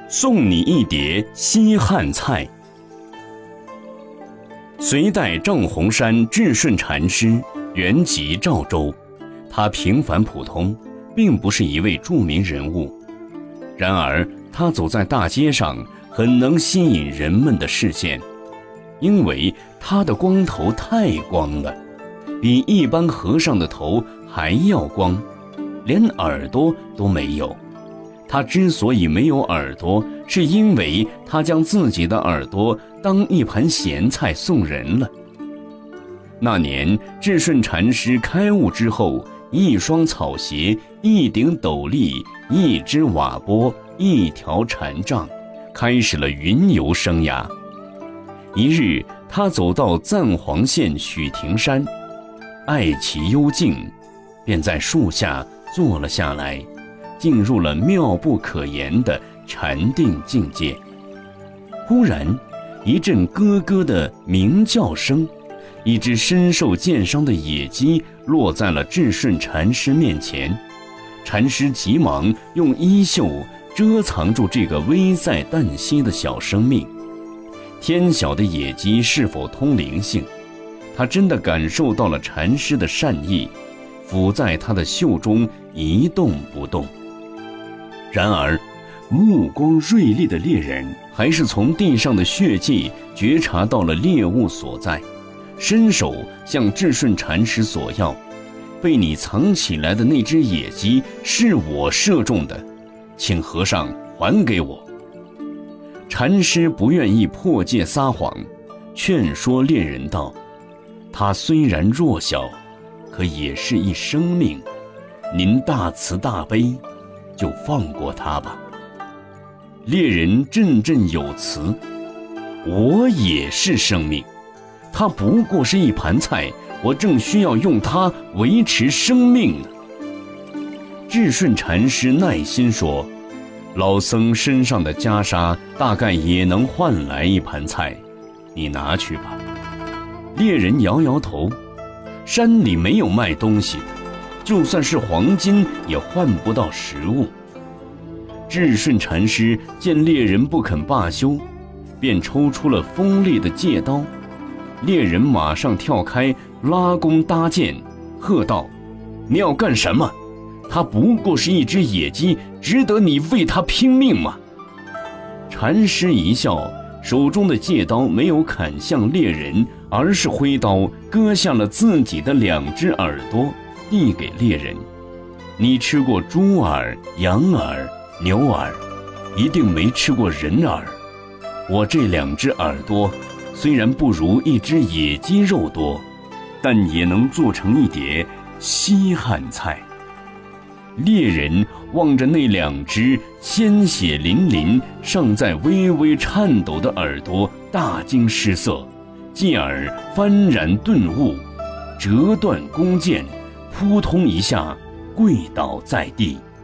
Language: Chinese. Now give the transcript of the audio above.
送你一碟西汉菜。隋代赵洪山智顺禅师原籍赵州，他平凡普通，并不是一位著名人物。然而他走在大街上，很能吸引人们的视线，因为他的光头太光了，比一般和尚的头还要光，连耳朵都没有。他之所以没有耳朵，是因为他将自己的耳朵当一盘咸菜送人了。那年智顺禅师开悟之后，一双草鞋，一顶斗笠，一只瓦钵，一条禅杖，开始了云游生涯。一日，他走到赞皇县许亭山，爱其幽静，便在树下坐了下来，进入了妙不可言的禅定境界。忽然一阵咯咯的鸣叫声，一只身受箭伤的野鸡落在了智顺禅师面前。禅师急忙用衣袖遮藏住这个危在旦夕的小生命。天晓得野鸡是否通灵性，他真的感受到了禅师的善意，伏在他的袖中一动不动。然而目光锐利的猎人还是从地上的血迹觉察到了猎物所在，伸手向智顺禅师索要。被你藏起来的那只野鸡是我射中的，请和尚还给我。禅师不愿意破戒撒谎，劝说猎人道：他虽然弱小，可也是一生命，您大慈大悲，就放过他吧。猎人振振有词：我也是生命，他不过是一盘菜，我正需要用它维持生命呢。智顺禅师耐心说：老僧身上的袈裟大概也能换来一盘菜，你拿去吧。猎人摇摇头：山里没有卖东西的，就算是黄金也换不到食物。智顺禅师见猎人不肯罢休，便抽出了锋利的戒刀。猎人马上跳开，拉弓搭箭，喝道：你要干什么？他不过是一只野鸡，值得你为他拼命吗？禅师一笑，手中的戒刀没有砍向猎人，而是挥刀割下了自己的2只耳朵，递给猎人。你吃过猪耳、羊耳、牛耳，一定没吃过人耳。我这2只耳朵虽然不如一只野鸡肉多，但也能做成一碟西汉菜。猎人望着那2只鲜血淋淋、尚在微微颤抖的耳朵，大惊失色，继而幡然顿悟，折断弓箭，扑通一下跪倒在地。